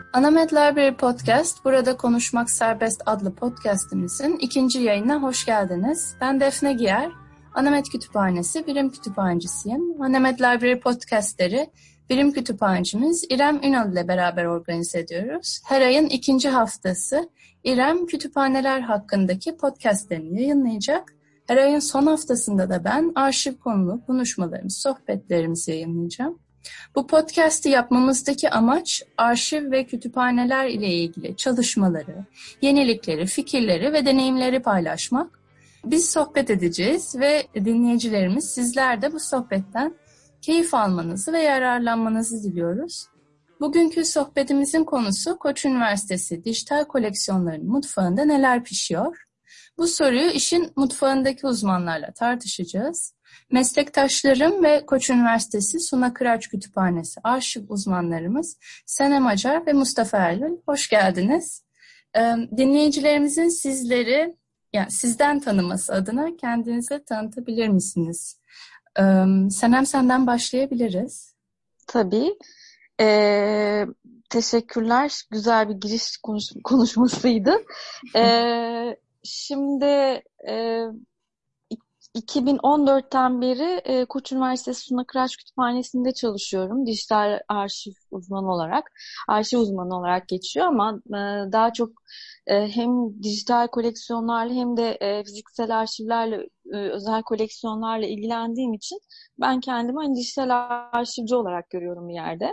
Anamed Library Podcast, Burada Konuşmak Serbest adlı podcastimizin ikinci yayınına hoş geldiniz. Ben Defne Giyer, Anamed Kütüphanesi Birim Kütüphanecisiyim. Anamed Library Podcastleri Birim Kütüphanecimiz İrem Ünal ile beraber organize ediyoruz. Her ayın ikinci haftası İrem kütüphaneler hakkındaki podcastlerini yayınlayacak. Her ayın son haftasında da ben arşiv konulu konuşmalarımızı, sohbetlerimizi yayınlayacağım. Bu podcast'i yapmamızdaki amaç arşiv ve kütüphaneler ile ilgili çalışmaları, yenilikleri, fikirleri ve deneyimleri paylaşmak. Biz sohbet edeceğiz ve dinleyicilerimiz sizler de bu sohbetten keyif almanızı ve yararlanmanızı diliyoruz. Bugünkü sohbetimizin konusu Koç Üniversitesi dijital koleksiyonlarının mutfağında neler pişiyor? Bu soruyu işin mutfağındaki uzmanlarla tartışacağız. Meslektaşlarım ve Koç Üniversitesi Suna Kıraç Kütüphanesi arşiv uzmanlarımız Senem Acar ve Mustafa Erlül, hoş geldiniz. Dinleyicilerimizin sizden tanıması adına kendinizi tanıtabilir misiniz? Senem, senden başlayabiliriz. Tabii. Teşekkürler. Güzel bir giriş konuşmasıydı. Şimdi 2014'ten beri Koç Üniversitesi Suna Kıraç Kütüphanesi'nde çalışıyorum. Dijital arşiv uzmanı olarak geçiyor ama daha çok hem dijital koleksiyonlarla hem de fiziksel arşivlerle, özel koleksiyonlarla ilgilendiğim için ben kendimi hani dijital arşivci olarak görüyorum bir yerde.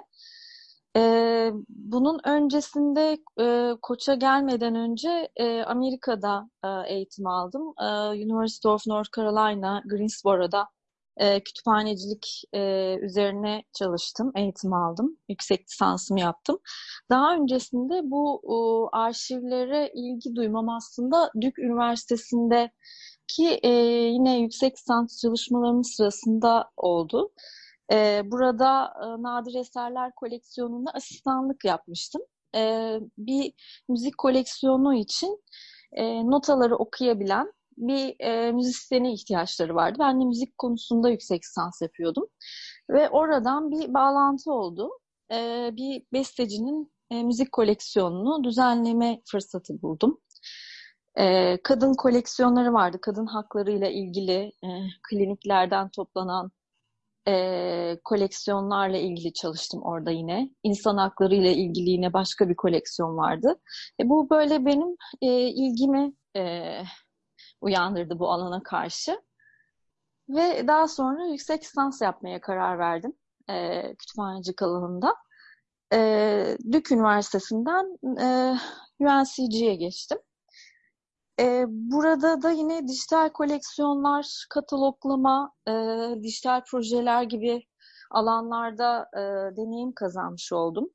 Bunun öncesinde Koç'a gelmeden önce Amerika'da eğitim aldım. University of North Carolina, Greensboro'da kütüphanecilik üzerine çalıştım, eğitim aldım. Yüksek lisansımı yaptım. Daha öncesinde bu arşivlere ilgi duymam aslında Duke Üniversitesi'nde ki yine yüksek lisans çalışmalarımın sırasında oldu. Burada nadir eserler koleksiyonunda asistanlık yapmıştım. Bir müzik koleksiyonu için notaları okuyabilen bir müzisyene ihtiyaçları vardı. Ben de müzik konusunda yüksek lisans yapıyordum. Ve oradan bir bağlantı oldu. Bir bestecinin müzik koleksiyonunu düzenleme fırsatı buldum. Kadın koleksiyonları vardı. Kadın haklarıyla ilgili kliniklerden toplanan koleksiyonlarla ilgili çalıştım orada yine. İnsan hakları ile ilgili yine başka bir koleksiyon vardı. Bu böyle benim ilgimi uyandırdı bu alana karşı. Ve daha sonra yüksek lisans yapmaya karar verdim kütüphanecilik alanında. Duke Üniversitesi'nden UNCG'ye geçtim. Burada da yine dijital koleksiyonlar, kataloglama, dijital projeler gibi alanlarda deneyim kazanmış oldum.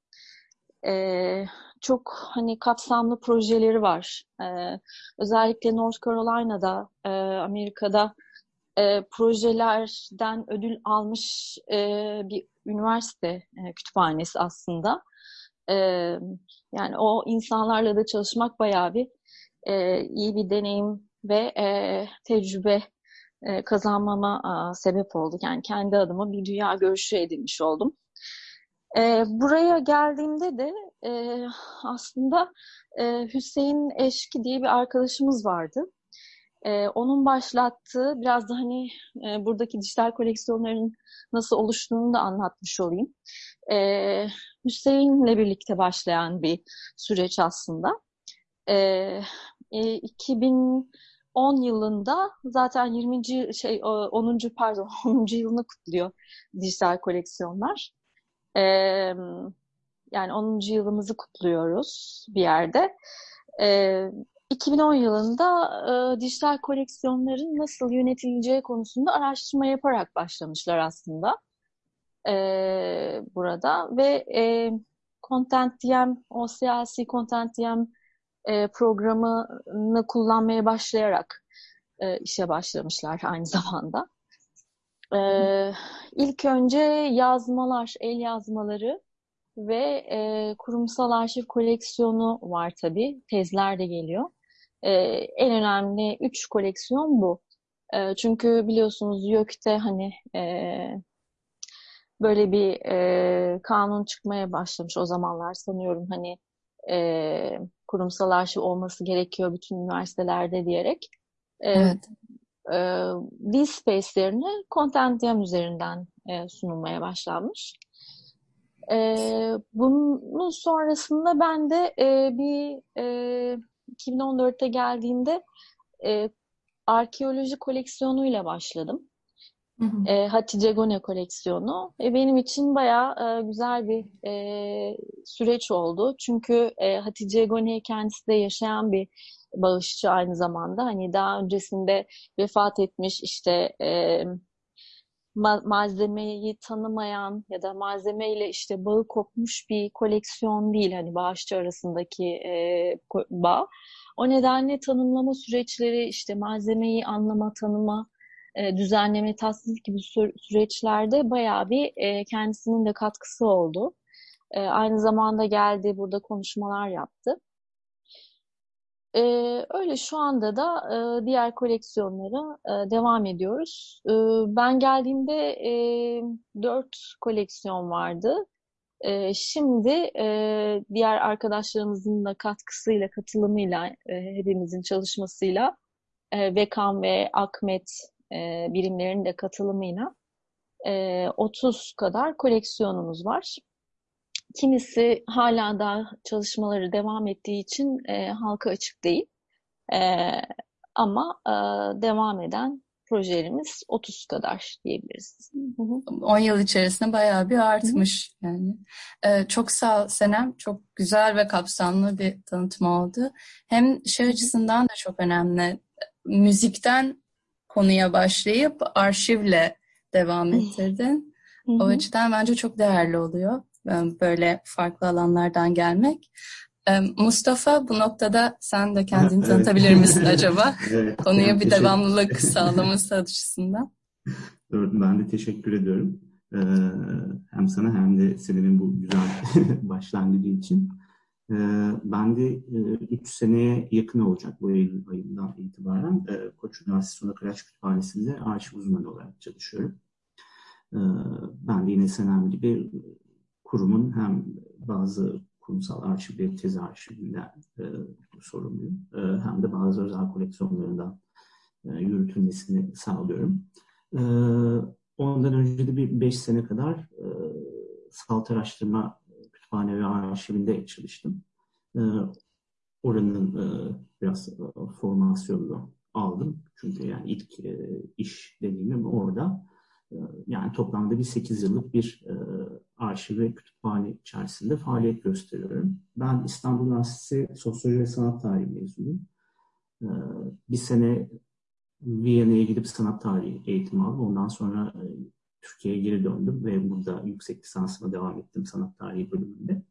Çok hani kapsamlı projeleri var. Özellikle North Carolina'da, Amerika'da projelerden ödül almış bir üniversite kütüphanesi aslında. Yani o insanlarla da çalışmak bayağı bir iyi bir deneyim ve tecrübe kazanmama sebep oldu. Yani kendi adıma bir dünya görüşü edinmiş oldum. Buraya geldiğimde de aslında Hüseyin Eşki diye bir arkadaşımız vardı. Onun başlattığı, biraz da hani buradaki dijital koleksiyonların nasıl oluştuğunu da anlatmış olayım. Hüseyin'le birlikte başlayan bir süreç aslında. 2010 yılında zaten 10. yılını kutluyor dijital koleksiyonlar. Yani 10. yılımızı kutluyoruz bir yerde. 2010 yılında dijital koleksiyonların nasıl yönetileceği konusunda araştırma yaparak başlamışlar aslında burada ve Content-DM, o siyasi Content-DM programını kullanmaya başlayarak işe başlamışlar aynı zamanda. İlk önce yazmalar, el yazmaları ve kurumsal arşiv koleksiyonu var tabii. Tezler de geliyor. En önemli 3 koleksiyon bu. Çünkü biliyorsunuz YÖK'te hani böyle bir kanun çıkmaya başlamış o zamanlar sanıyorum hani kurumsal arşiv olması gerekiyor bütün üniversitelerde diyerek Evet. DSpace'lerini Contentium üzerinden sunulmaya başlanmış. Bunun sonrasında ben de 2014'te geldiğimde arkeoloji koleksiyonuyla başladım. Hı hı. Hatice Gone koleksiyonu. Benim için bayağı güzel bir süreç oldu. Çünkü Hatice Gone kendisi de yaşayan bir bağışçı aynı zamanda. Hani daha öncesinde vefat etmiş işte malzemeyi tanımayan ya da malzemeyle işte bağı kopmuş bir koleksiyon değil. Hani bağışçı arasındaki bağ. O nedenle tanımlama süreçleri, işte malzemeyi anlama, tanıma, düzenleme, tasnif gibi süreçlerde bayağı bir kendisinin de katkısı oldu. Aynı zamanda geldi, burada konuşmalar yaptı. Öyle şu anda da diğer koleksiyonlara devam ediyoruz. Ben geldiğimde 4 koleksiyon vardı. Şimdi diğer arkadaşlarımızın da katkısıyla, katılımıyla, hepimizin çalışmasıyla Vekan ve Akmet birimlerinin de katılımıyla 30 kadar koleksiyonumuz var. Kimisi hala da çalışmaları devam ettiği için halka açık değil. Ama devam eden projelerimiz 30 kadar diyebiliriz. 10 yıl içerisinde bayağı bir artmış yani. Çok sağ ol Senem. Çok güzel ve kapsamlı bir tanıtım oldu. Hem şey açısından da çok önemli. Müzikten konuya başlayıp arşivle devam ettirdin. O açıdan bence çok değerli oluyor. Böyle farklı alanlardan gelmek. Mustafa, bu noktada sen de kendini tanıtabilir misin acaba? Evet, Konuya yani bir devamlılık sağlaması açısından. Ben de teşekkür ediyorum. Hem sana hem de senin bu güzel başlangıcı için. Ben de 3 seneye yakın olacak bu Eylül ayından itibaren Koç Üniversitesi Suna Kıraç Kütüphanesi'nde arşiv uzmanı olarak çalışıyorum. Ben de yine Senem gibi kurumun hem bazı kurumsal arşivleri, tez arşivinden sorumluyum. Hem de bazı özel koleksiyonlarından yürütülmesini sağlıyorum. Ondan önce de bir 5 sene kadar Salt Araştırma Kütüphane ve Arşivinde çalıştım. Oranın biraz formasyonunu aldım. Çünkü yani ilk iş deneyimim orada. Yani toplamda bir 8 yıllık bir arşiv ve kütüphane içerisinde faaliyet gösteriyorum. Ben İstanbul Üniversitesi Sosyoloji ve Sanat Tarihi mezunuyum. Bir sene Viyana'ya gidip sanat tarihi eğitimi aldım. Ondan sonra Türkiye'ye geri döndüm ve burada yüksek lisansıma devam ettim sanat tarihi bölümünde.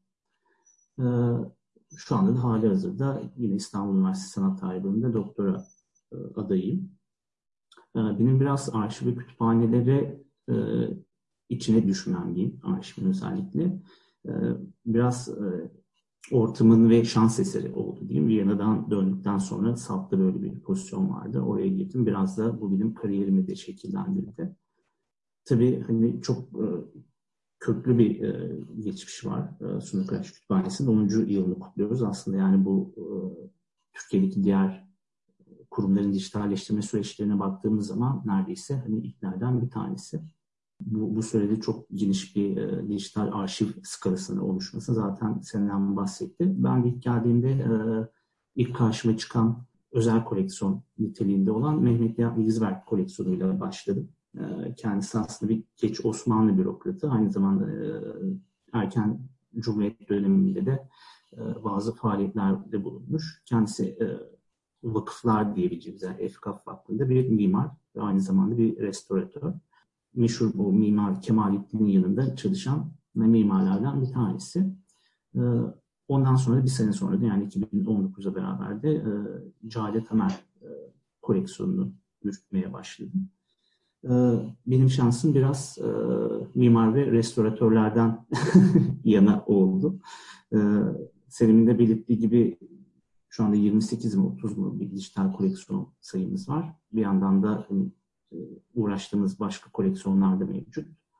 Şu anda da halihazırda yine İstanbul Üniversitesi Sanat Tarihi bölümünde doktora adayıyım. Benim biraz arşiv ve kütüphanelere içine düşmem diyeyim, arşivin özellikle. Biraz ortamın ve şans eseri oldu diyeyim. Viyana'dan döndükten sonra SALT'ta böyle bir pozisyon vardı. Oraya girdim. Biraz da bu benim kariyerimi de şekillendirdi. Tabii hani çok köklü bir geçmiş var. Suna Kıraç Kütüphanesi'nin 10. yılını kutluyoruz. Aslında yani bu Türkiye'deki diğer kurumların dijitalleştirme süreçlerine baktığımız zaman neredeyse hani ilklerden bir tanesi. Bu sürede çok geniş bir dijital arşiv skalasının oluşması zaten senden bahsetti. Ben ilk geldiğimde ilk karşıma çıkan özel koleksiyon niteliğinde olan Mehmet Yıldızberk koleksiyonuyla başladım. Kendisi aslında bir geç Osmanlı bürokratı. Aynı zamanda erken Cumhuriyet döneminde de bazı faaliyetlerde bulunmuş. Kendisi vakıflar diyebileceğimiz yani Efkaf Vakfı'nda bir mimar ve aynı zamanda bir restoratör. Meşhur bu mimar Kemalettin'in yanında çalışan mimarlardan bir tanesi. Ondan sonra bir sene sonra da yani 2019'a beraber de Cale Tamer koleksiyonunu yürütmeye başladım. Benim şansım biraz mimar ve restoratörlerden yana oldu. Selim'in de belirttiği gibi şu anda 28 mi 30 mu bir dijital koleksiyon sayımız var. Bir yandan da uğraştığımız başka koleksiyonlar da mevcut.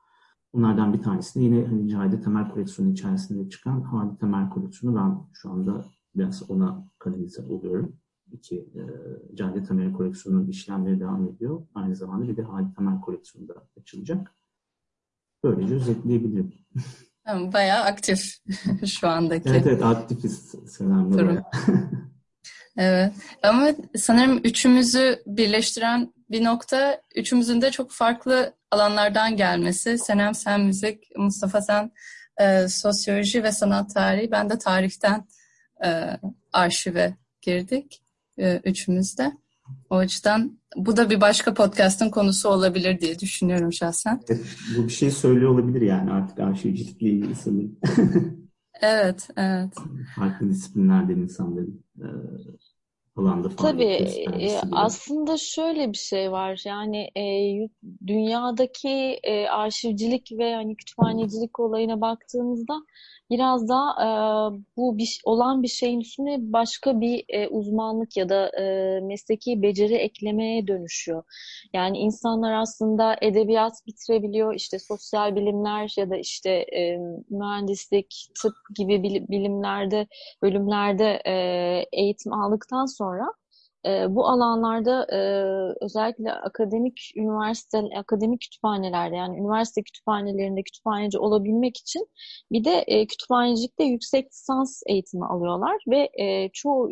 Onlardan bir tanesi de yine hani Cahide Temel koleksiyonu içerisinde çıkan Hadi Temel koleksiyonu. Ben şu anda biraz ona kanalize oluyorum. Cahide Temel koleksiyonunun işlemleri devam ediyor. Aynı zamanda bir de Hadi Temel koleksiyonu da açılacak. Böylece özetleyebilirim. Bayağı aktif şu andaki Evet, aktifiz. Selamlar durum. oraya. Evet. Ama sanırım üçümüzü birleştiren bir nokta, üçümüzün de çok farklı alanlardan gelmesi. Senem sen müzik, Mustafa sen sosyoloji ve sanat tarihi, ben de tarihten arşive girdik üçümüz de. O açıdan bu da bir başka podcast'ın konusu olabilir diye düşünüyorum şahsen. Evet, bu bir şey söylüyor olabilir yani artık arşivcilikle ilgili sanırım. Evet, evet. Farklı disiplinlerden insanların alanda faaliyet Tabii göstermesi gibi. aslında şöyle bir şey var yani dünyadaki arşivcilik ve hani kütüphanecilik olayına baktığımızda biraz da bu olan bir şeyin üstüne başka bir uzmanlık ya da mesleki beceri eklemeye dönüşüyor. Yani insanlar aslında edebiyat bitirebiliyor, işte sosyal bilimler ya da işte mühendislik, tıp gibi bilimlerde, bölümlerde eğitim aldıktan sonra bu alanlarda özellikle akademik kütüphanelerde yani üniversite kütüphanelerinde kütüphaneci olabilmek için bir de kütüphanecilikte yüksek lisans eğitimi alıyorlar ve çoğu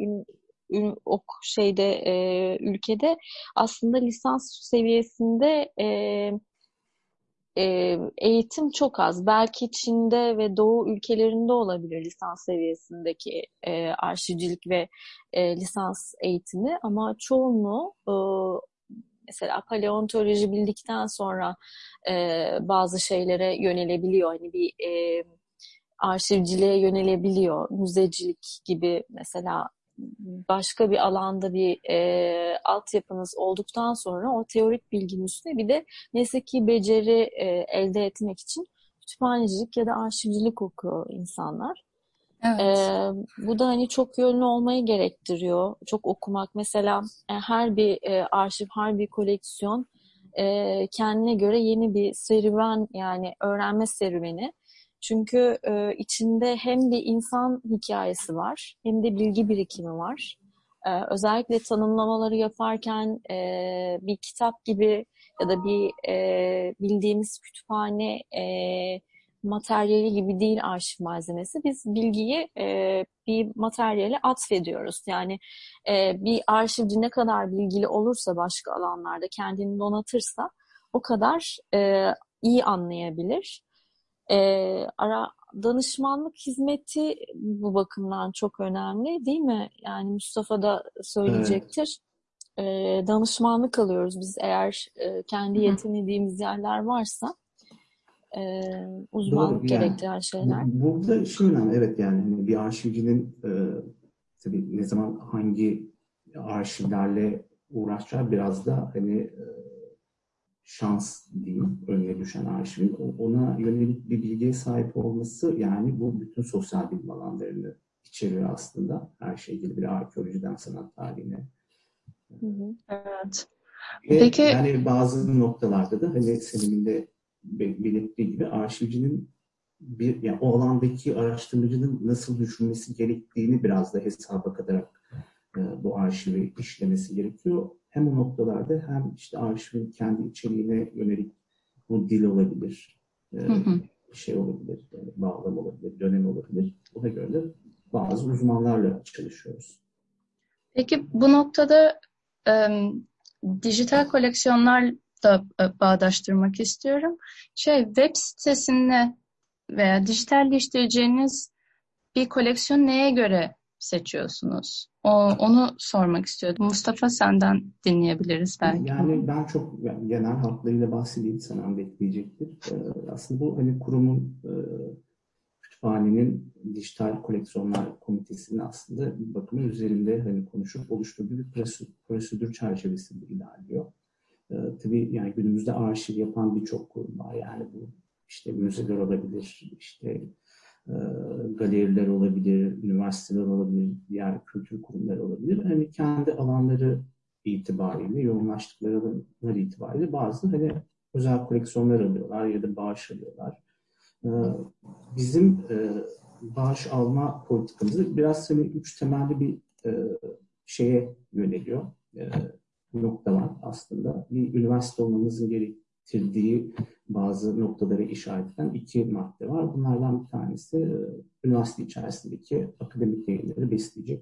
ülkede aslında lisans seviyesinde eğitim çok az. Belki Çin'de ve Doğu ülkelerinde olabilir lisans seviyesindeki arşivcilik ve lisans eğitimi ama çoğunluğu mesela paleontoloji bildikten sonra bazı şeylere yönelebiliyor. Hani bir arşivciliğe yönelebiliyor. Müzecilik gibi mesela başka bir alanda bir altyapınız olduktan sonra o teorik bilginin üstüne bir de mesleki beceri elde etmek için kütüphanecilik ya da arşivcilik okuyor insanlar. Evet. Bu da hani çok yönlü olmayı gerektiriyor. Çok okumak. Mesela her bir arşiv, her bir koleksiyon kendine göre yeni bir serüven yani öğrenme serüveni. Çünkü içinde hem bir insan hikayesi var hem de bilgi birikimi var. Özellikle tanımlamaları yaparken bir kitap gibi ya da bir bildiğimiz kütüphane materyali gibi değil arşiv malzemesi. Biz bilgiyi bir materyale atfediyoruz. Yani bir arşivci ne kadar bilgili olursa başka alanlarda kendini donatırsa o kadar iyi anlayabilir. Danışmanlık hizmeti bu bakımdan çok önemli değil mi? Yani Mustafa da Evet. söyleyecektir. Danışmanlık alıyoruz biz eğer kendi yetemediğimiz yerler varsa uzmanlık Doğru yani. gerektiren şeyler. Burada şey önemli, evet yani hani bir arşivcinin tabii ne zaman hangi arşivlerle uğraşacağı biraz da hani şans diyeyim, önüne düşen arşivin ona yönelik bir bilgiye sahip olması yani bu bütün sosyal bilim alanlarını içeriyor aslında. Her şey ilgili bir arkeolojiden sanat tarihine. Hı hı. Evet. Ve Peki, yani bazı noktalarda da hani senin de belirttiği gibi arşivcinin yani o alandaki araştırmacının nasıl düşünmesi gerektiğini biraz da hesaba katarak bu arşivi işlemesi gerekiyor. Hem o noktalarda hem işte arşivin kendi içeriğine yönelik bu dil olabilir, hı hı. şey olabilir, bağlam olabilir, dönem olabilir. Buna göre de bazı uzmanlarla çalışıyoruz. Peki bu noktada dijital koleksiyonlar da bağdaştırmak istiyorum. Web sitesinde veya dijitalleştireceğiniz bir koleksiyon neye göre seçiyorsunuz? Onu sormak istiyordum. Mustafa senden dinleyebiliriz belki. Yani ben çok genel hatlarıyla bahsedeyim, sana bekleyecektir. Aslında bu hani kurumun kütüphanenin dijital koleksiyonlar komitesinin aslında bir bakımın üzerinde hani konuşup oluşturduğu bir prosedür çerçevesinde ilerliyor. Tabii yani günümüzde arşiv yapan birçok kurum var. Yani bu işte müzeler olabilir, işte e, galeriler olabilir, üniversiteler olabilir, diğer kültür kurumları olabilir. Hani kendi alanları itibariyle, yoğunlaştıkları alanlar itibariyle bazı hani özel koleksiyonlar alıyorlar ya da bağış alıyorlar. Bizim bağış alma politikamız biraz hani üç temelli bir şeye yöneliyor. Nokta var aslında. Bir üniversite olmamızın gerektirdiği bazı noktalara işaret eden iki madde var. Bunlardan bir tanesi üniversite içerisindeki akademik yayınları besleyecek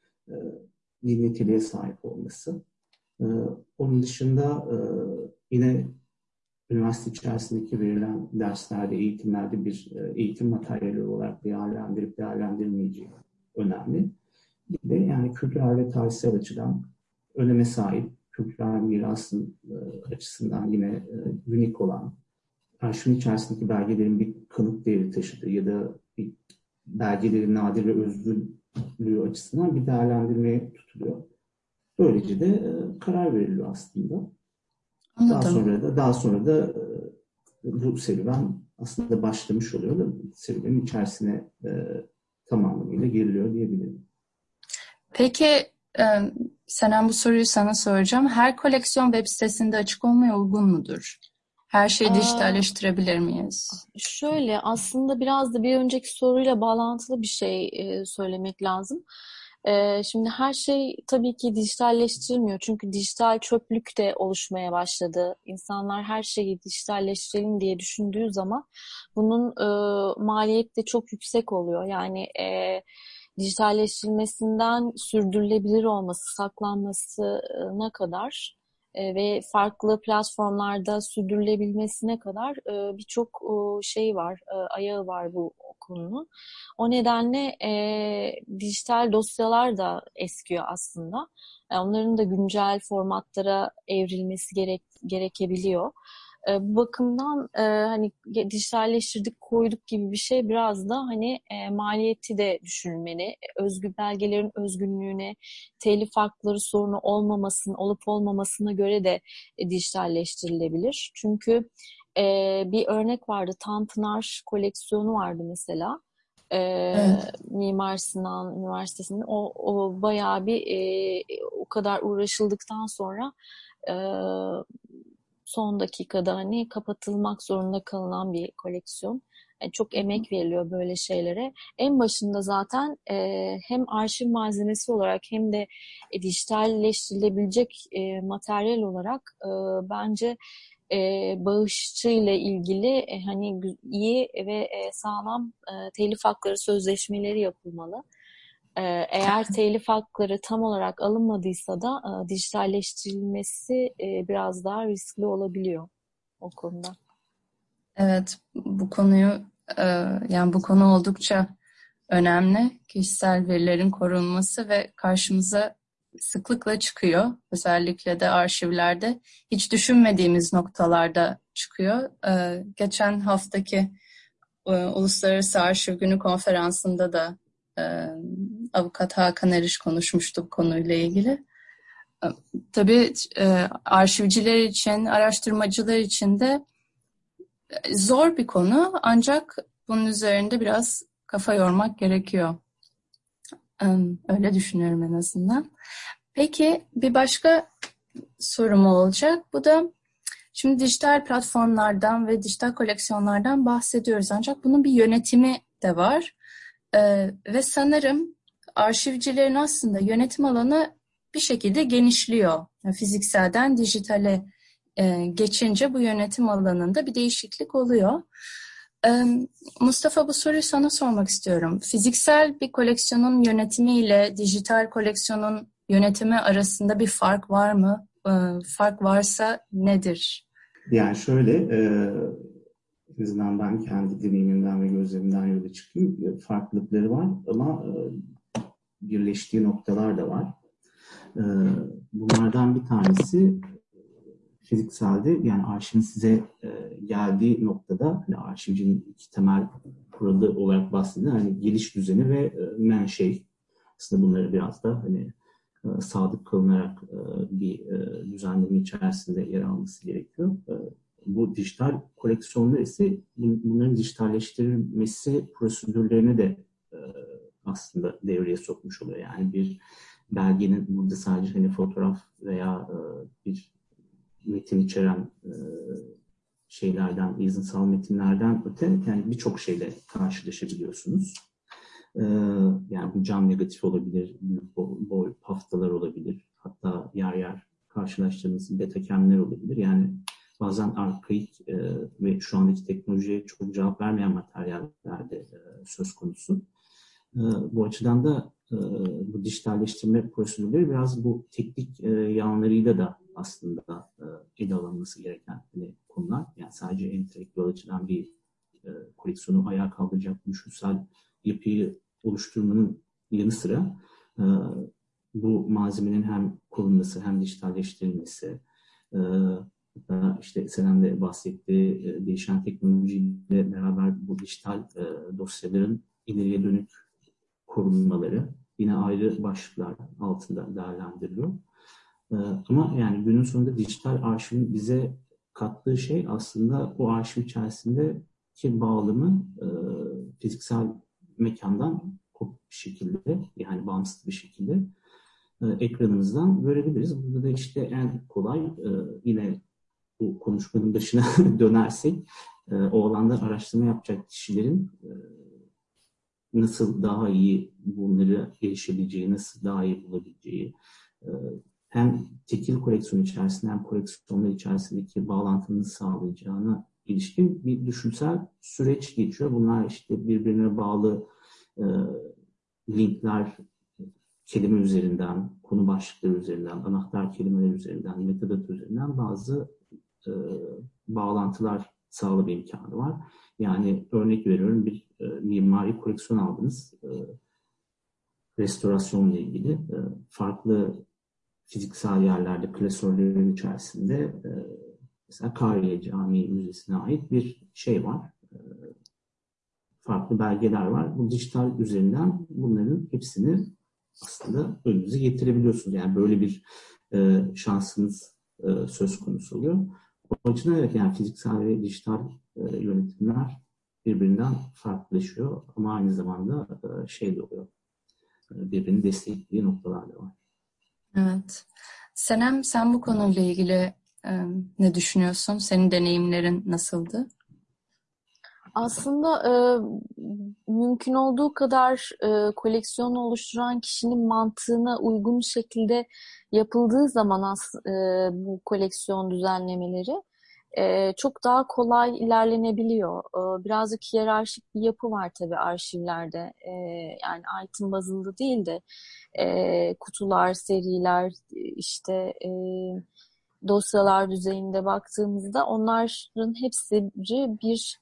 niteliğe sahip olması. Onun dışında yine üniversite içerisindeki verilen derslerde, eğitimlerde bir eğitim materyali olarak değerlendirip değerlendirilmeyeceği önemli. Bir de yani kültürel ve tarihsel açıdan öneme sahip, kültürel mirasın açısından yine unik olan, arşivin içerisindeki belgelerin bir kanıt değeri taşıdığı ya da bir belgelerin nadir ve özgürlüğü açısından bir değerlendirmeye tutuluyor. Böylece de karar veriliyor aslında. Anladım. Daha sonra da bu serüven aslında başlamış oluyor da serüvenin içerisine tam anlamıyla giriliyor diyebilirim. Peki Senem, bu soruyu sana soracağım. Her koleksiyon web sitesinde açık olmaya uygun mudur? Her şeyi dijitalleştirebilir miyiz? Şöyle aslında biraz da bir önceki soruyla bağlantılı bir şey söylemek lazım. Şimdi her şey tabii ki dijitalleştirilmiyor. Çünkü dijital çöplük de oluşmaya başladı. İnsanlar her şeyi dijitalleştirelim diye düşündüğü zaman bunun maliyeti de çok yüksek oluyor. Yani dijitalleştirilmesinden sürdürülebilir olması, saklanmasına kadar ve farklı platformlarda sürdürülebilmesine kadar birçok şey var, ayağı var bu konunun. O nedenle dijital dosyalar da eskiyor aslında. Onların da güncel formatlara evrilmesi gerekebiliyor. Bu bakımdan hani dijitalleştirdik koyduk gibi bir şey biraz da hani maliyeti de düşünülmeli. Belgelerin özgünlüğüne, telif hakları sorunu olup olmamasına göre de dijitalleştirilebilir. Çünkü bir örnek vardı. Tanpınar koleksiyonu vardı mesela. Evet. Mimar Sinan Üniversitesi'nin o bayağı bir o kadar uğraşıldıktan sonra e, son dakikada hani kapatılmak zorunda kalınan bir koleksiyon. Çok emek veriliyor böyle şeylere. En başında zaten hem arşiv malzemesi olarak hem de dijitalleştirilebilecek materyal olarak bence bağışçı ile ilgili hani iyi ve sağlam telif hakları sözleşmeleri yapılmalı. Eğer telif hakları tam olarak alınmadıysa da dijitalleştirilmesi biraz daha riskli olabiliyor o konuda. Evet, bu konuyu yani bu konu oldukça önemli. Kişisel verilerin korunması ve karşımıza sıklıkla çıkıyor. Özellikle de arşivlerde hiç düşünmediğimiz noktalarda çıkıyor. Geçen haftaki Uluslararası Arşiv Günü konferansında da Avukat Hakan Eriş konuşmuştu bu konuyla ilgili. Tabii arşivciler için, araştırmacılar için de zor bir konu, ancak bunun üzerinde biraz kafa yormak gerekiyor. Öyle düşünüyorum en azından. Peki bir başka sorum olacak. Bu da şimdi dijital platformlardan ve dijital koleksiyonlardan bahsediyoruz. Ancak bunun bir yönetimi de var. Ve sanırım arşivcilerin aslında yönetim alanı bir şekilde genişliyor. Yani fizikselden dijitale geçince bu yönetim alanında bir değişiklik oluyor. Mustafa, bu soruyu sana sormak istiyorum. Fiziksel bir koleksiyonun yönetimiyle dijital koleksiyonun yönetimi arasında bir fark var mı? Fark varsa nedir? Yani şöyle, en azından ben kendi deneyimimden ve gözlerimden yola çıkayım. Farklılıkları var ama birleştiği noktalar da var. Bunlardan bir tanesi fizikselde, yani arşivin size geldiği noktada hani arşivcinin iki temel kuralı olarak bahsedilen hani geliş düzeni ve menşei. Aslında bunları biraz da hani sadık kalınarak bir düzenleme içerisinde yer alması gerekiyor. Bu dijital koleksiyonlar ise bunların dijitalleştirilmesi prosedürlerini de aslında devreye sokmuş oluyor. Yani bir belgenin burada sadece hani fotoğraf veya bir metin içeren şeylerden, yazınsal metinlerden öte yani birçok şeyle karşılaşabiliyorsunuz. Yani bu cam negatif olabilir, büyük boy paftalar olabilir, hatta yer yer karşılaştığınız betakemler olabilir. Yani bazen arkaik ve şu andaki teknolojiye çok cevap vermeyen materyallerde söz konusu. Bu açıdan da bu dijitalleştirme prosedürleri biraz bu teknik yanlarıyla da aslında ele alınması gereken konular. Yani sadece entelektüel açıdan bir koleksiyonu ayağa kaldıracak düşünsel yapıyı oluşturmanın yanı sıra bu malzemenin hem korunması hem dijitalleştirilmesi, işte Selen de bahsettiği değişen teknolojiyle beraber bu dijital dosyaların ileriye dönük korunmaları yine ayrı başlıklar altında değerlendiriliyor. Ama yani günün sonunda dijital arşivin bize kattığı şey aslında o arşiv içerisindeki bağlamı fiziksel mekandan kopuk bir şekilde, yani bağımsız bir şekilde ekranımızdan görebiliriz. Burada da işte en kolay yine bu konuşmanın başına dönersek o alanda araştırma yapacak kişilerin nasıl daha iyi bunları erişebileceği, nasıl daha iyi bulabileceği, hem tekil koleksiyon içerisinde hem koleksiyonlar içerisindeki bağlantının sağlayacağına ilişkin bir düşünsel süreç geçiyor. Bunlar işte birbirine bağlı linkler, kelime üzerinden, konu başlıkları üzerinden, anahtar kelimeler üzerinden, metadata üzerinden bazı bağlantılar sağlama imkanı var. Yani örnek veriyorum, bir mimari koleksiyon aldınız. Restorasyonla ilgili farklı fiziksel yerlerde, klasörlerin içerisinde mesela Kariye Camii Müzesi'ne ait bir şey var. Farklı belgeler var. Bu dijital üzerinden bunların hepsini aslında önünüze getirebiliyorsunuz. Yani böyle bir şansınız söz konusu oluyor. O açıdan evet, yani fiziksel ve dijital yönetimler birbirinden farklılaşıyor ama aynı zamanda şey de oluyor. Birbirini desteklediği noktalar da var. Evet. Senem, sen bu konuyla ilgili ne düşünüyorsun? Senin deneyimlerin nasıldı? Aslında mümkün olduğu kadar koleksiyonu oluşturan kişinin mantığına uygun şekilde yapıldığı zaman bu koleksiyon düzenlemeleri çok daha kolay ilerlenebiliyor. Birazcık hiyerarşik bir yapı var tabii arşivlerde. Yani item bazında değil de kutular, seriler, işte dosyalar düzeyinde baktığımızda onların hepsi bir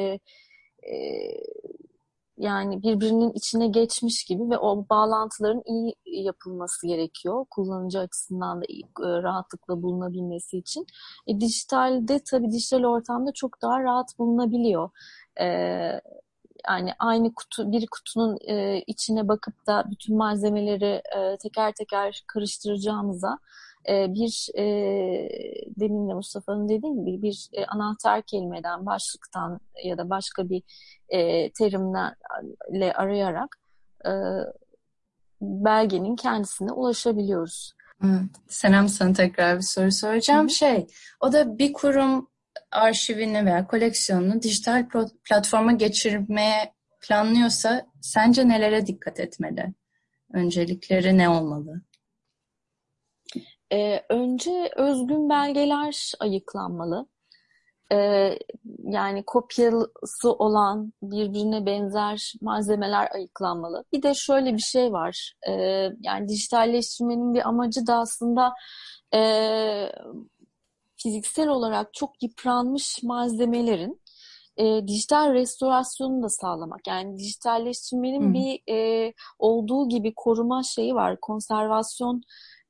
yani birbirinin içine geçmiş gibi ve o bağlantıların iyi yapılması gerekiyor. Kullanıcı açısından da rahatlıkla bulunabilmesi için. Dijitalde tabii dijital ortamda çok daha rahat bulunabiliyor. Yani aynı bir kutunun içine bakıp da bütün malzemeleri teker teker karıştıracağımıza demin de Mustafa'nın dediği gibi bir anahtar kelimeden, başlıktan ya da başka bir terimle arayarak belgenin kendisine ulaşabiliyoruz. Evet. Senem, sana tekrar bir soru soracağım. O da bir kurum arşivini veya koleksiyonunu dijital platforma geçirmeye planlıyorsa sence nelere dikkat etmeli? Öncelikleri ne olmalı? Önce özgün belgeler ayıklanmalı. Yani kopyası olan birbirine benzer malzemeler ayıklanmalı. Bir de şöyle bir şey var. Yani dijitalleştirmenin bir amacı da aslında fiziksel olarak çok yıpranmış malzemelerin dijital restorasyonunu da sağlamak. Yani dijitalleştirmenin bir olduğu gibi koruma şeyi var. Konservasyon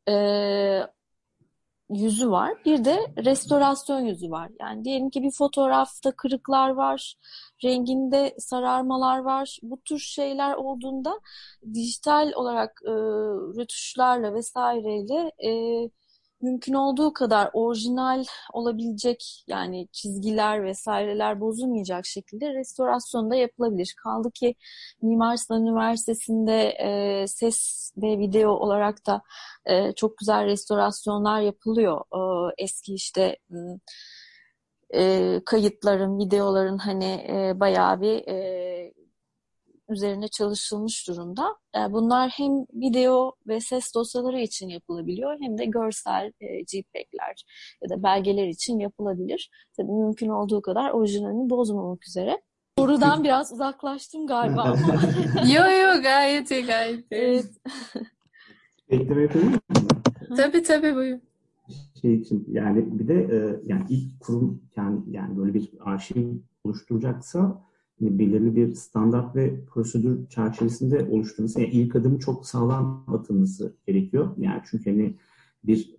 yüzü var. Bir de restorasyon yüzü var. Yani diyelim ki bir fotoğrafta kırıklar var, renginde sararmalar var. Bu tür şeyler olduğunda dijital olarak rötuşlarla vesaireyle mümkün olduğu kadar orijinal olabilecek, yani çizgiler vesaireler bozulmayacak şekilde restorasyon da yapılabilir. Kaldı ki Mimar Sinan Üniversitesi'nde ses ve video olarak da çok güzel restorasyonlar yapılıyor. Eski işte kayıtların, videoların hani bayağı bir üzerine çalışılmış durumda. Bunlar hem video ve ses dosyaları için yapılabiliyor hem de görsel JPEG'ler ya da belgeler için yapılabilir. Tabii mümkün olduğu kadar orijinalini bozmamak üzere. Sorudan biraz uzaklaştım galiba ama. Yo gayet iyi gayet iyi. Evet. Ekleme yapayım mı? Tabii buyur. Şey için yani bir de yani ilk kurum yani böyle bir arşiv oluşturacaksa belirli bir standart ve prosedür çerçevesinde oluşturması, yani ilk adımı çok sağlam atılması gerekiyor. Yani çünkü hani bir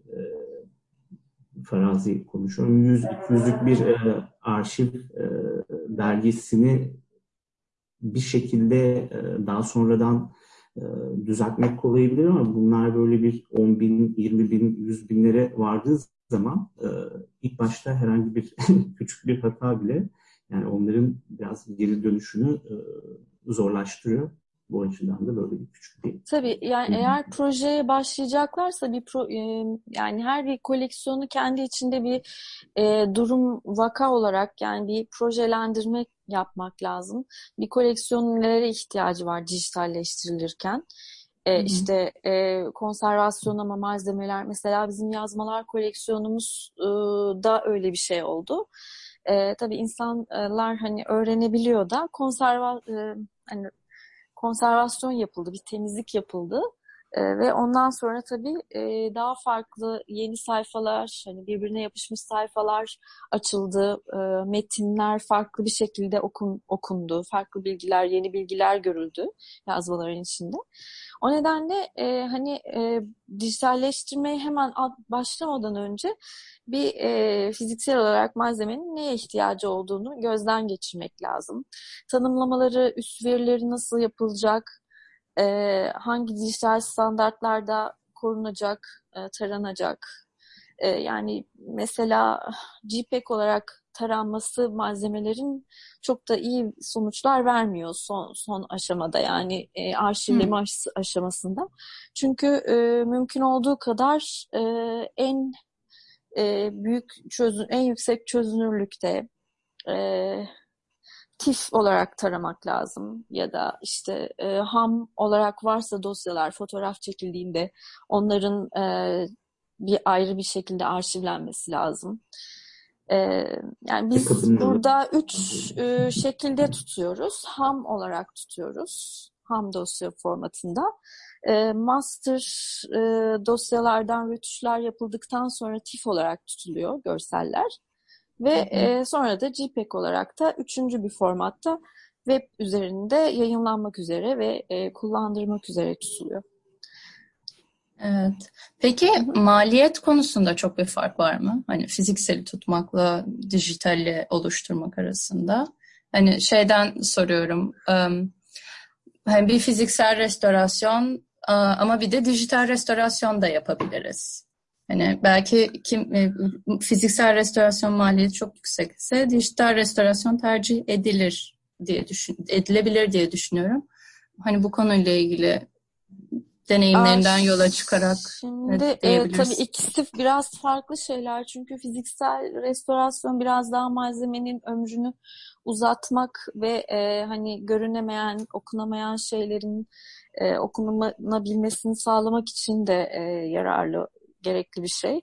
farazi konuşuyorum, 100-200'lük bir arşiv belgesini bir şekilde daha sonradan düzeltmek kolay olabilir ama bunlar böyle bir 10 bin, 20 bin, 100 binlere vardığı zaman ilk başta herhangi bir küçük bir hata bile yani onların biraz geri dönüşünü zorlaştırıyor. Bu açıdan da böyle bir küçük bir... Tabii yani eğer projeye başlayacaklarsa yani her bir koleksiyonu kendi içinde bir durum vaka olarak yani bir projelendirme yapmak lazım. Bir koleksiyonun nelere ihtiyacı var dijitalleştirilirken? İşte konservasyon ama malzemeler, mesela bizim yazmalar koleksiyonumuz da öyle bir şey oldu. Tabii insanlar hani öğrenebiliyor da hani konservasyon yapıldı, bir temizlik yapıldı. Ve ondan sonra tabii daha farklı yeni sayfalar, hani birbirine yapışmış sayfalar açıldı. Metinler farklı bir şekilde okundu. Farklı bilgiler, yeni bilgiler görüldü yazmaların içinde. O nedenle hani dijitalleştirmeye hemen başlamadan önce bir fiziksel olarak malzemenin neye ihtiyacı olduğunu gözden geçirmek lazım. Tanımlamaları, üst verileri nasıl yapılacak, hangi dijital standartlarda korunacak, taranacak. Yani mesela JPEG olarak taranması malzemelerin çok da iyi sonuçlar vermiyor son aşamada, yani arşivleme aşamasında. Çünkü mümkün olduğu kadar en en yüksek çözünürlükte TIFF olarak taramak lazım ya da işte ham olarak varsa dosyalar fotoğraf çekildiğinde onların bir ayrı bir şekilde arşivlenmesi lazım. Yani biz burada 3 şekilde tutuyoruz. Ham olarak tutuyoruz. Ham dosya formatında. Master dosyalardan rötuşlar yapıldıktan sonra TIFF olarak tutuluyor görseller. Ve sonra da JPEG olarak da üçüncü bir formatta web üzerinde yayınlanmak üzere ve kullandırmak üzere tutuluyor. Evet. Peki maliyet konusunda çok bir fark var mı? Hani fizikseli tutmakla dijitali oluşturmak arasında. Hani şeyden soruyorum. Hani bir fiziksel restorasyon ama bir de dijital restorasyon da yapabiliriz. Hani belki fiziksel restorasyon maliyeti çok yüksekse dijital restorasyon tercih edilebilir diye düşünüyorum. Hani bu konuyla ilgili deneyimlerinden yola çıkarak şimdi tabii ikisi biraz farklı şeyler. Çünkü fiziksel restorasyon biraz daha malzemenin ömrünü uzatmak ve hani görünemeyen, okunamayan şeylerin okunabilmesini sağlamak için de yararlı, gerekli bir şey.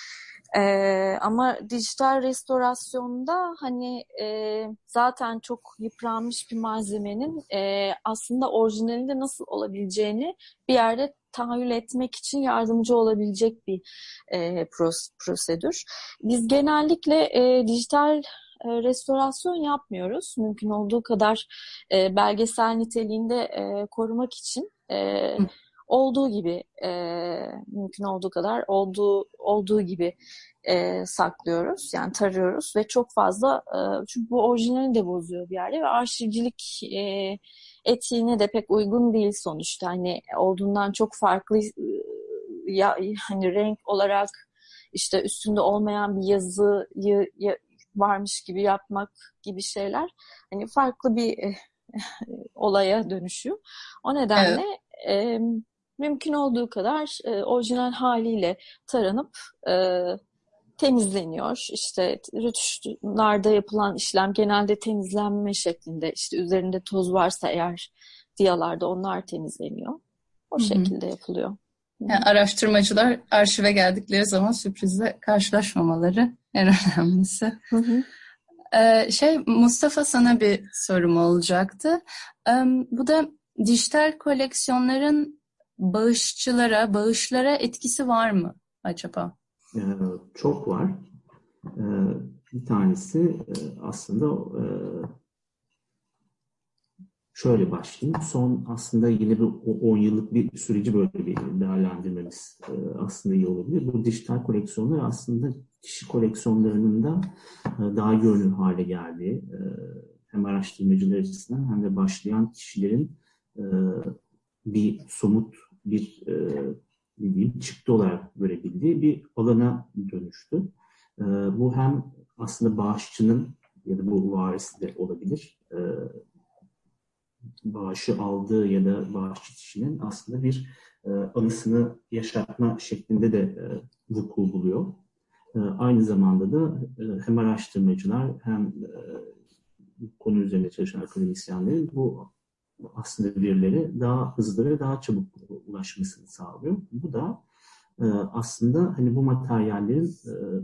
Ama dijital restorasyonda hani zaten çok yıpranmış bir malzemenin aslında orijinalinde nasıl olabileceğini bir yerde tahayyül etmek için yardımcı olabilecek bir prosedür. Biz genellikle dijital restorasyon yapmıyoruz. Mümkün olduğu kadar belgesel niteliğinde korumak için olduğu gibi mümkün olduğu kadar olduğu gibi saklıyoruz. Yani tarıyoruz ve çok fazla çünkü bu orijinalini de bozuyor bir yerde ve arşivcilik etiğine de pek uygun değil sonuçta. Hani olduğundan çok farklı hani renk olarak işte üstünde olmayan bir yazıyı varmış gibi yapmak gibi şeyler hani farklı bir olaya dönüşüyor. O nedenle mümkün olduğu kadar orijinal haliyle taranıp temizleniyor. İşte rötuşlarda yapılan işlem genelde temizlenme şeklinde. İşte üzerinde toz varsa eğer diyalarda onlar temizleniyor. O şekilde yapılıyor. Yani araştırmacılar arşive geldikleri zaman sürprizle karşılaşmamaları en önemlisi. Mustafa, sana bir sorum olacaktı. Bu da dijital koleksiyonların bağışlara etkisi var mı acaba? Çok var. Bir tanesi aslında şöyle başlayayım. Son aslında yine bir 10 yıllık bir süreci böyle bir değerlendirmemiz aslında iyi olabilir. Bu dijital koleksiyonlar aslında kişi koleksiyonlarının da daha görünür hale geldiği, hem araştırmacılar açısından hem de başlayan kişilerin bir somut bir çıktı olarak görebildiği bir alana dönüştü. Bu hem aslında bağışçının ya da bu varisi de olabilir. Bağışı aldığı ya da bağışçı kişinin aslında bir anısını yaşatma şeklinde de vuku buluyor. Aynı zamanda da hem araştırmacılar hem bu konu üzerine çalışan akademisyenlerin bu aslında verilere daha hızlı ve daha çabuk ulaşmasını sağlıyor. Bu da aslında hani bu materyallerin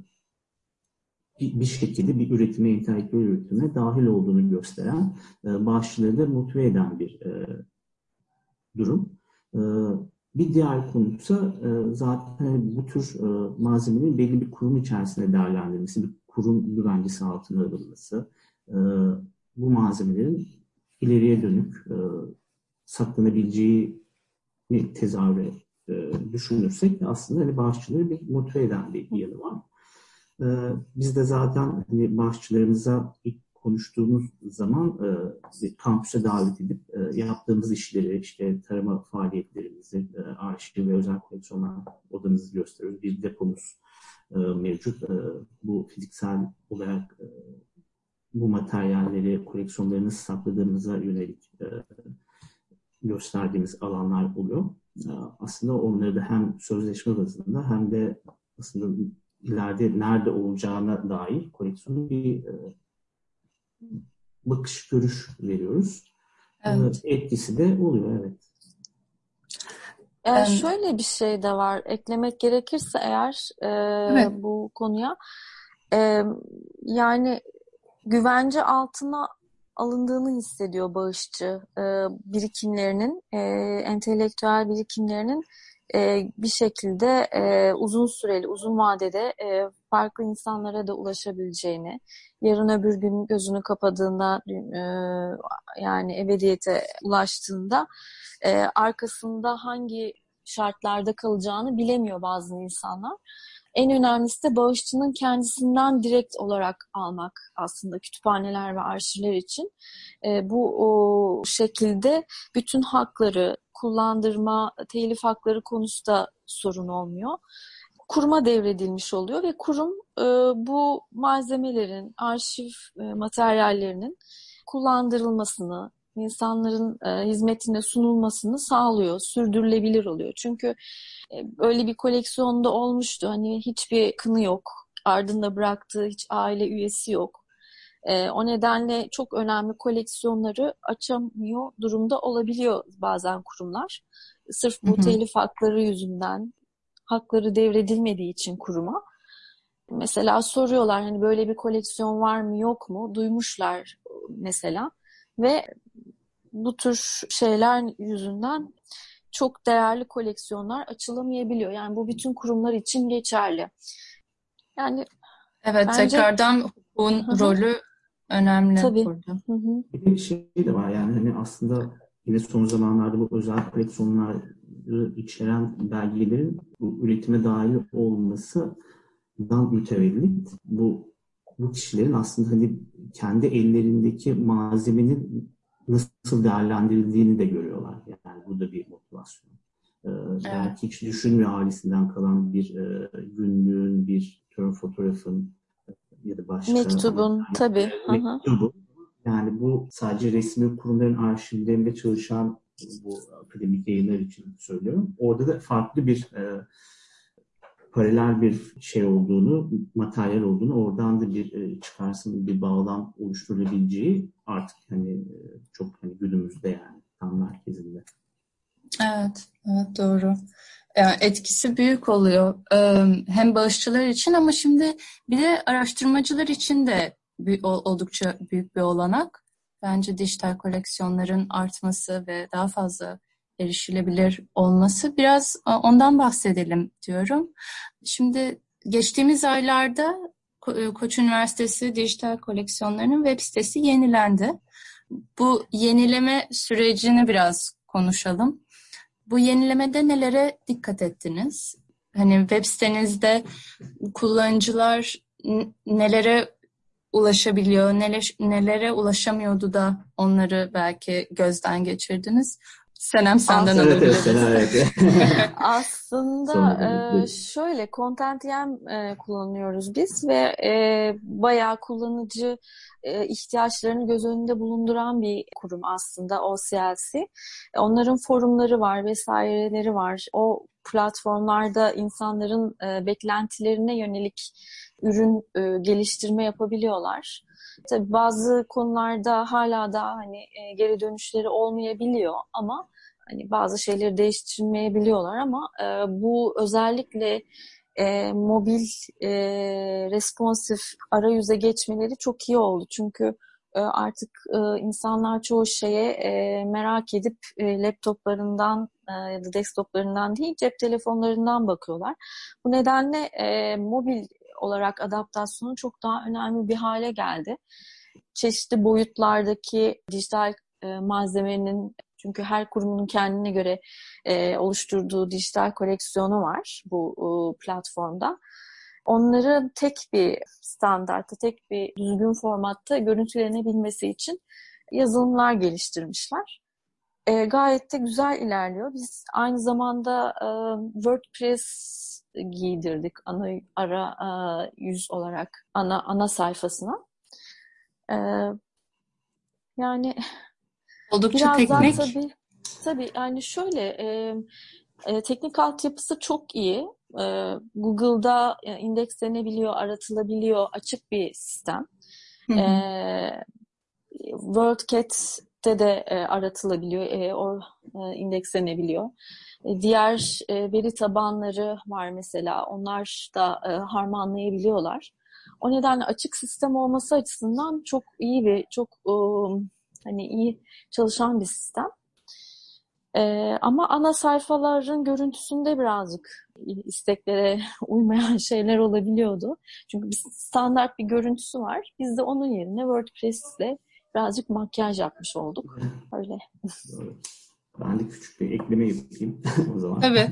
bir şekilde bir üretime, entelektüel üretime dahil olduğunu gösteren, bağışçıları da motive eden bir durum. Bir diğer konuysa zaten bu tür malzemenin belli bir kurum içerisinde değerlendirilmesi, bir kurum güvencesi altına alınması, bu malzemelerin ileriye dönük saklanabileceğini tezahür düşünürsek aslında hani bağışçıları bir motive eden bir yanı var. Biz de zaten hani bağışçılarımıza ilk konuştuğumuz zaman kampüse davet edip yaptığımız işleri, işte tarama faaliyetlerimizi, arşiv ve özel koleksiyonlar odamızı gösteriyoruz. Bir depomuz mevcut. Bu fiziksel olarak bu materyalleri, koleksiyonlarımızı sakladığımıza yönelik gösterdiğimiz alanlar oluyor. Aslında onları da hem sözleşme bazında hem de aslında ileride nerede olacağına dair koleksiyonu bir bakış, görüş veriyoruz. Evet. Etkisi de oluyor, evet. Şöyle bir şey de var. Eklemek gerekirse eğer Evet. bu konuya yani güvence altına alındığını hissediyor bağışçı. Birikimlerinin, entelektüel birikimlerinin bir şekilde uzun süreli, uzun vadede farklı insanlara da ulaşabileceğini, yarın öbür gün gözünü kapadığında yani ebediyete ulaştığında arkasında hangi şartlarda kalacağını bilemiyor bazı insanlar. En önemlisi de bağışçının kendisinden direkt olarak almak aslında kütüphaneler ve arşivler için. Bu şekilde bütün hakları, kullandırma, telif hakları konusunda sorun olmuyor. Kuruma devredilmiş oluyor ve kurum bu malzemelerin, arşiv materyallerinin kullandırılmasını, insanların hizmetine sunulmasını sağlıyor, sürdürülebilir oluyor. Çünkü öyle bir koleksiyonda olmuştu. Hani hiçbir kını yok, ardında bıraktığı hiç aile üyesi yok. O nedenle çok önemli koleksiyonları açamıyor durumda olabiliyor bazen kurumlar. Sırf bu telif hakları yüzünden, hakları devredilmediği için kuruma. Mesela soruyorlar hani böyle bir koleksiyon var mı yok mu? Duymuşlar mesela ve bu tür şeyler yüzünden çok değerli koleksiyonlar açılamayabiliyor. Yani bu bütün kurumlar için geçerli. Yani Evet, bence tekrardan hukukun rolü önemli tabii. burada. Bir de bir şey de var yani hani aslında yine son zamanlarda bu özel koleksiyonları içeren belgelerin bu üretime dahil olmasından mütevellit bu kişilerin aslında hani kendi ellerindeki malzemenin nasıl değerlendirildiğini de görüyorlar. Yani bu da bir motivasyon. Belki hiç düşünmüyor ailesinden kalan bir günlüğün, bir tüm fotoğrafın ya da başka mektubun tabii. Mektubun. Yani bu sadece resmi kurumların arşivlerinde çalışan bu akademik yayınlar için söylüyorum. Orada da farklı bir paralel bir şey olduğunu, materyal olduğunu, oradan da bir çıkarsın, bir bağlam oluşturulabileceği artık hani çok hani günümüzde yani tam merkezinde. Evet, evet doğru. Yani etkisi büyük oluyor. Hem bağışçılar için ama şimdi bir de araştırmacılar için de oldukça büyük bir olanak. Bence dijital koleksiyonların artması ve daha fazla erişilebilir olması. Biraz ondan bahsedelim diyorum. Şimdi geçtiğimiz aylarda Koç Üniversitesi dijital koleksiyonlarının web sitesi yenilendi. Bu yenileme sürecini biraz konuşalım. Bu yenilemede nelere dikkat ettiniz? Hani web sitenizde kullanıcılar nelere ulaşabiliyor, nelere ulaşamıyordu da onları belki gözden geçirdiniz. Senem senden alabiliriz. Evet. Aslında şöyle ContentM kullanıyoruz biz ve bayağı kullanıcı ihtiyaçlarını göz önünde bulunduran bir kurum aslında OCLC. Onların forumları var vesaireleri var. O platformlarda insanların beklentilerine yönelik ürün geliştirme yapabiliyorlar. Tabii bazı konularda hala da hani geri dönüşleri olmayabiliyor ama hani bazı şeyleri değiştirmeyebiliyorlar ama bu özellikle mobil responsif arayüze geçmeleri çok iyi oldu. Çünkü artık insanlar çoğu şeye merak edip laptoplarından ya da desktoplarından değil cep telefonlarından bakıyorlar. Bu nedenle mobil olarak adaptasyonu çok daha önemli bir hale geldi. Çeşitli boyutlardaki dijital malzemenin çünkü her kurumun kendine göre oluşturduğu dijital koleksiyonu var bu platformda. Onları tek bir standartta, tek bir düzgün formatta görüntülenebilmesi için yazılımlar geliştirmişler. Gayet de güzel ilerliyor. Biz aynı zamanda WordPress giydirdik ara yüz olarak ana sayfasına. Yani Oldukça biraz daha teknik. tabii yani şöyle teknik altyapısı çok iyi. Google'da indekslenebiliyor, aratılabiliyor, açık bir sistem. WorldCat'te de aratılabiliyor, indekslenebiliyor. Diğer veri tabanları var mesela, onlar da harmanlayabiliyorlar. O nedenle açık sistem olması açısından çok iyi çok hani iyi çalışan bir sistem. Ama ana sayfaların görüntüsünde birazcık isteklere uymayan şeyler olabiliyordu. Çünkü bir standart bir görüntüsü var. Biz de onun yerine WordPress'le birazcık makyaj yapmış olduk. Öyle. Ben de küçük bir ekleme yapayım o zaman. Evet.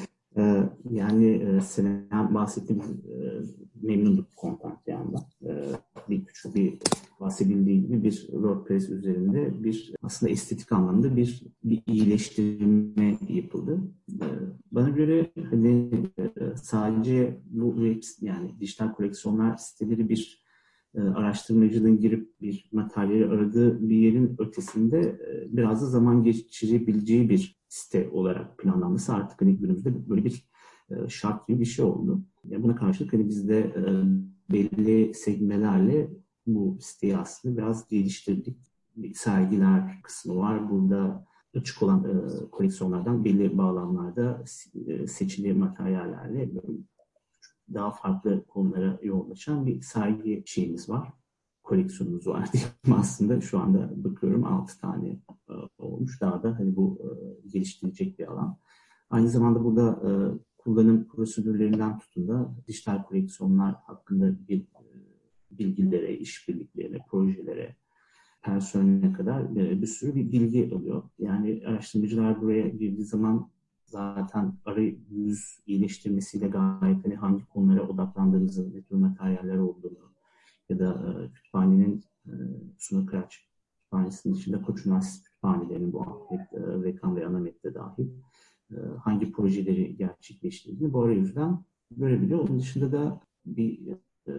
Yani Senem bahsettiğim memnunduk content yani. Bir küçük bir bahsedildiği gibi bir WordPress üzerinde bir aslında estetik anlamda bir iyileştirme yapıldı. Bana göre hani sadece bu yani dijital koleksiyonlar siteleri bir araştırmacının girip bir materyali aradığı bir yerin ötesinde biraz da zaman geçirebileceği bir site olarak planlanması artık hani günümüzde böyle bir şart gibi bir şey oldu. Yani buna karşılık hani biz de belli segmelerle bu siteyi aslında biraz geliştirdik. Bir sergiler kısmı var. Burada açık olan koleksiyonlardan belli bağlamlarda seçili materyallerle daha farklı konulara yoğunlaşan bir sergi şeyimiz var. Koleksiyonumuz var diyeyim aslında. Şu anda bakıyorum 6 tane olmuş. Daha da hani bu geliştirecek bir alan. Aynı zamanda burada kullanım prosedürlerinden tutun da dijital koleksiyonlar hakkında bir bilgilere, işbirliklerine, projelere, personeline kadar bir sürü bir bilgi alıyor. Yani araştırmacılar buraya girdiği zaman zaten arayüz iyileştirmesiyle gayet hani hangi konulara odaklandığımızı, ne tür materyaller olduğunu ya da kütüphanenin Suna Kıraç Kütüphanesi'nin dışında Koç Üniversitesi kütüphanelerinin bu Ahmet, Vekan ve Anamet'te dahil hangi projeleri gerçekleştirdiğini bu arayüzden görebiliyor. Onun dışında da bir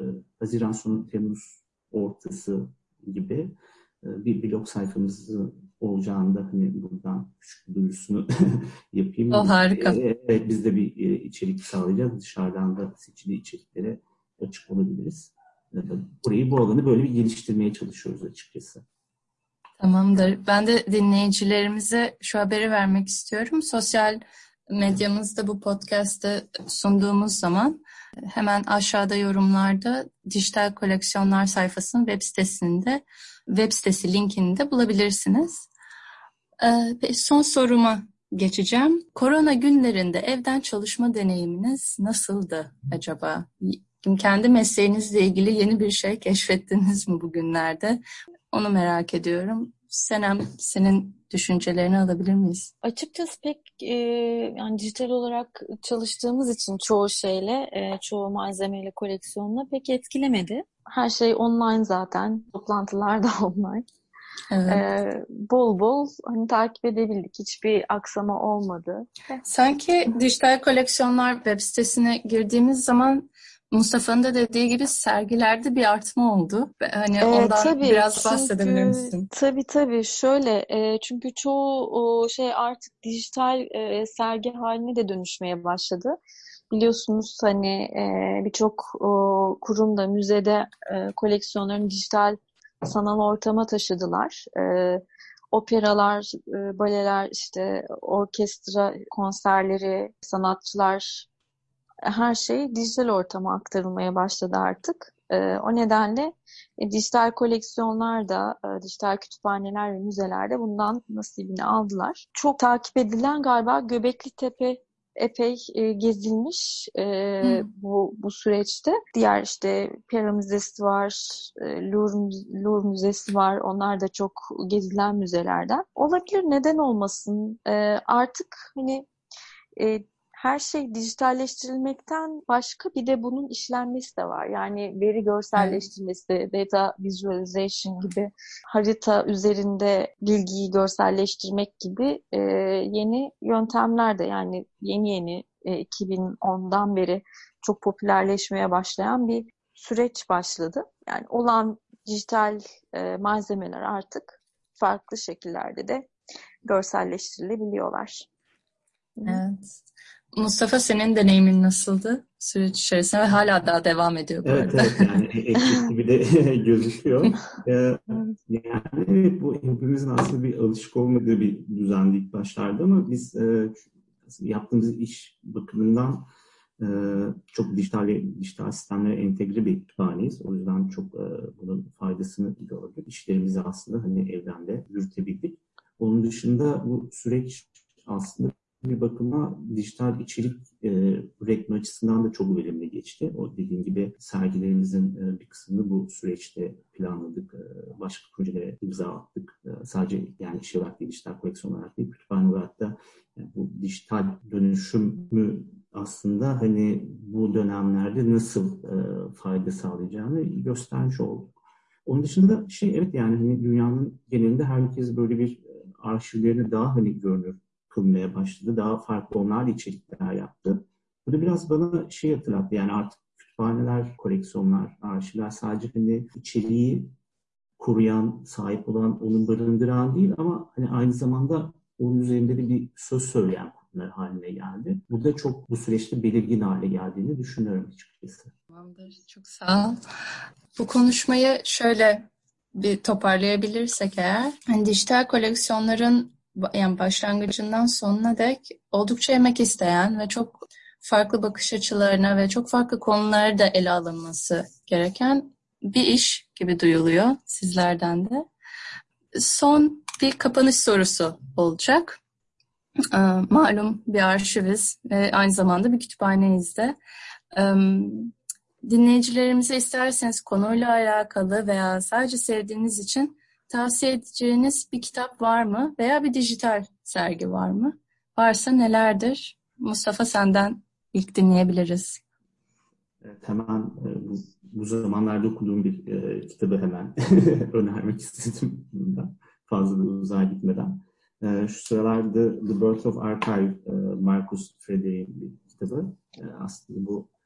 Haziran sonu Temmuz ortası gibi bir blog sayfamızı olacağını da hani buradan küçük bir duyurusunu yapayım. O harika. Evet, biz de bir içerik sağlayacağız. Dışarıdan da seçili içeriklere açık olabiliriz. Bu alanı böyle bir geliştirmeye çalışıyoruz açıkçası. Tamamdır. Ben de dinleyicilerimize şu haberi vermek istiyorum. Sosyal medyamızda bu podcast'ı sunduğumuz zaman hemen aşağıda yorumlarda Dijital Koleksiyonlar sayfasının web sitesi linkini de bulabilirsiniz. Son soruma geçeceğim. Korona günlerinde evden çalışma deneyiminiz nasıldı acaba? Kendi mesleğinizle ilgili yeni bir şey keşfettiniz mi bugünlerde? Onu merak ediyorum. Senem, senin düşüncelerini alabilir miyiz? Açıkçası pek yani dijital olarak çalıştığımız için çoğu şeyle, çoğu malzemeyle, koleksiyonla pek etkilemedi. Her şey online zaten. Toplantılar da online. Evet. Bol bol hani takip edebildik. Hiçbir aksama olmadı. Sanki Dijital Koleksiyonlar web sitesine girdiğimiz zaman Mustafa'nın da dediği gibi sergilerde bir artma oldu. Hani ondan Tabii, biraz bahsedebilir misin? tabii şöyle çünkü çoğu şey artık dijital sergi haline de dönüşmeye başladı. Biliyorsunuz hani birçok kurumda, müzede koleksiyonlarını dijital sanal ortama taşıdılar. Operalar, baleler, işte orkestra konserleri, sanatçılar, her şey dijital ortama aktarılmaya başladı artık. O nedenle dijital koleksiyonlar da, dijital kütüphaneler ve müzeler de bundan nasibini aldılar. Çok takip edilen galiba Göbekli Tepe epey gezilmiş bu süreçte. Diğer işte Pera Müzesi var, Louvre Müzesi var. Onlar da çok gezilen müzelerden. Olabilir, neden olmasın? Artık hani her şey dijitalleştirilmekten başka bir de bunun işlenmesi de var. Yani veri görselleştirmesi, data visualization gibi, harita üzerinde bilgiyi görselleştirmek gibi yeni yöntemler de, yani yeni 2010'dan beri çok popülerleşmeye başlayan bir süreç başladı. Yani olan dijital malzemeler artık farklı şekillerde de görselleştirilebiliyorlar. Evet. Mustafa, senin deneyimin nasıldı süreç içerisinde ve hala daha devam ediyor bu arada? Evet, yani ekip gibi de gözüküyor. Yani bu hepimizin aslında bir alışık olmadığı bir düzendi ilk başlarda ama biz yaptığımız iş bakımından çok dijital sistemlere entegre bir kütüphaneyiz. O yüzden çok bunun faydasını gördük. İşlerimizi aslında hani evden de yürütebildik. Onun dışında bu süreç aslında bir bakıma dijital içerik üretme açısından da çok verimli geçti. O dediğim gibi sergilerimizin bir kısmını bu süreçte planladık. Başka projelere imza attık. Sadece yani iş olarak değil, dijital koleksiyon olarak değil, kütüphane olarak da yani bu dijital dönüşümü aslında hani bu dönemlerde nasıl fayda sağlayacağını göstermiş olduk. Onun dışında da evet yani hani dünyanın genelinde herkes böyle bir arşivlerini daha hani görünür kılmaya başladı. Daha farklı onlarla içerikler yaptı. Bu da biraz bana hatırlattı. Yani artık kütüphaneler, koleksiyonlar, arşivler sadece hani içeriği koruyan, sahip olan, onu barındıran değil ama hani aynı zamanda onun üzerinde de bir söz söyleyen kurumlar haline geldi. Bu da çok bu süreçte belirgin hale geldiğini düşünüyorum açıkçası. Tamamdır. Çok sağ ol. Bu konuşmayı şöyle bir toparlayabilirsek eğer, hani dijital koleksiyonların yani başlangıcından sonuna dek oldukça emek isteyen ve çok farklı bakış açılarına ve çok farklı konulara da ele alınması gereken bir iş gibi duyuluyor sizlerden de. Son bir kapanış sorusu olacak. Malum bir arşiviz ve aynı zamanda bir kütüphaneyiz de. Dinleyicilerimize isterseniz konuyla alakalı veya sadece sevdiğiniz için tavsiye edeceğiniz bir kitap var mı? Veya bir dijital sergi var mı? Varsa nelerdir? Mustafa, senden ilk dinleyebiliriz. Evet, hemen bu zamanlarda okuduğum bir kitabı hemen önermek istedim bundan. Fazla da uzağa gitmeden. Şu sıralarda The Birth of Archive, Marcus Frederick'in bir kitabı. Aslında bu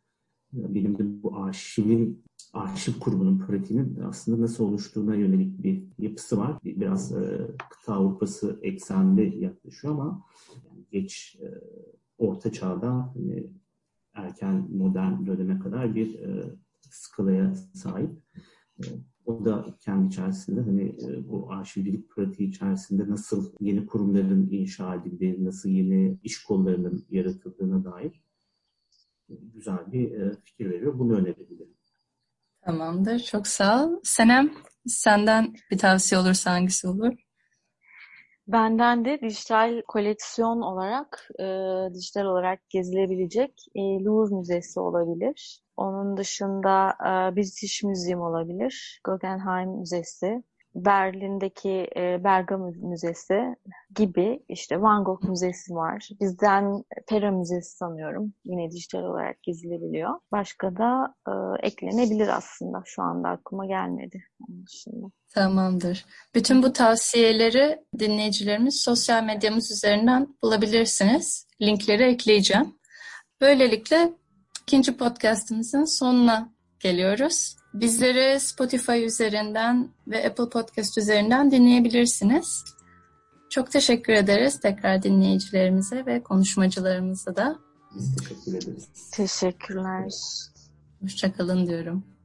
Benim de bu arşiv kurumunun pratiğinin aslında nasıl oluştuğuna yönelik bir yapısı var. Biraz kıta Avrupası eksenli yaklaşıyor ama geç Orta Çağ'da erken modern döneme kadar bir skalaya sahip. O da kendi içerisinde bu arşivcilik pratiği içerisinde nasıl yeni kurumların inşa edildiği, nasıl yeni iş kollarının yaratıldığına dair güzel bir fikir veriyor. Bunu önerebilirim. Tamamdır. Çok sağ ol. Senem, senden bir tavsiye olursa hangisi olur? Benden de dijital koleksiyon olarak, dijital olarak gezilebilecek Louvre Müzesi olabilir. Onun dışında British Museum olabilir, Guggenheim Müzesi, Berlin'deki Bergamo Müzesi gibi, işte Van Gogh Müzesi var. Bizden Pera Müzesi sanıyorum. Yine dijital olarak gezilebiliyor. Başka da eklenebilir aslında. Şu anda aklıma gelmedi onun dışında. Tamamdır. Bütün bu tavsiyeleri dinleyicilerimiz sosyal medyamız üzerinden bulabilirsiniz. Linkleri ekleyeceğim. Böylelikle ikinci podcastımızın sonuna geliyoruz. Bizleri Spotify üzerinden ve Apple Podcast üzerinden dinleyebilirsiniz. Çok teşekkür ederiz tekrar dinleyicilerimize ve konuşmacılarımıza da. Biz teşekkür ederiz. Teşekkürler. Hoşça kalın diyorum.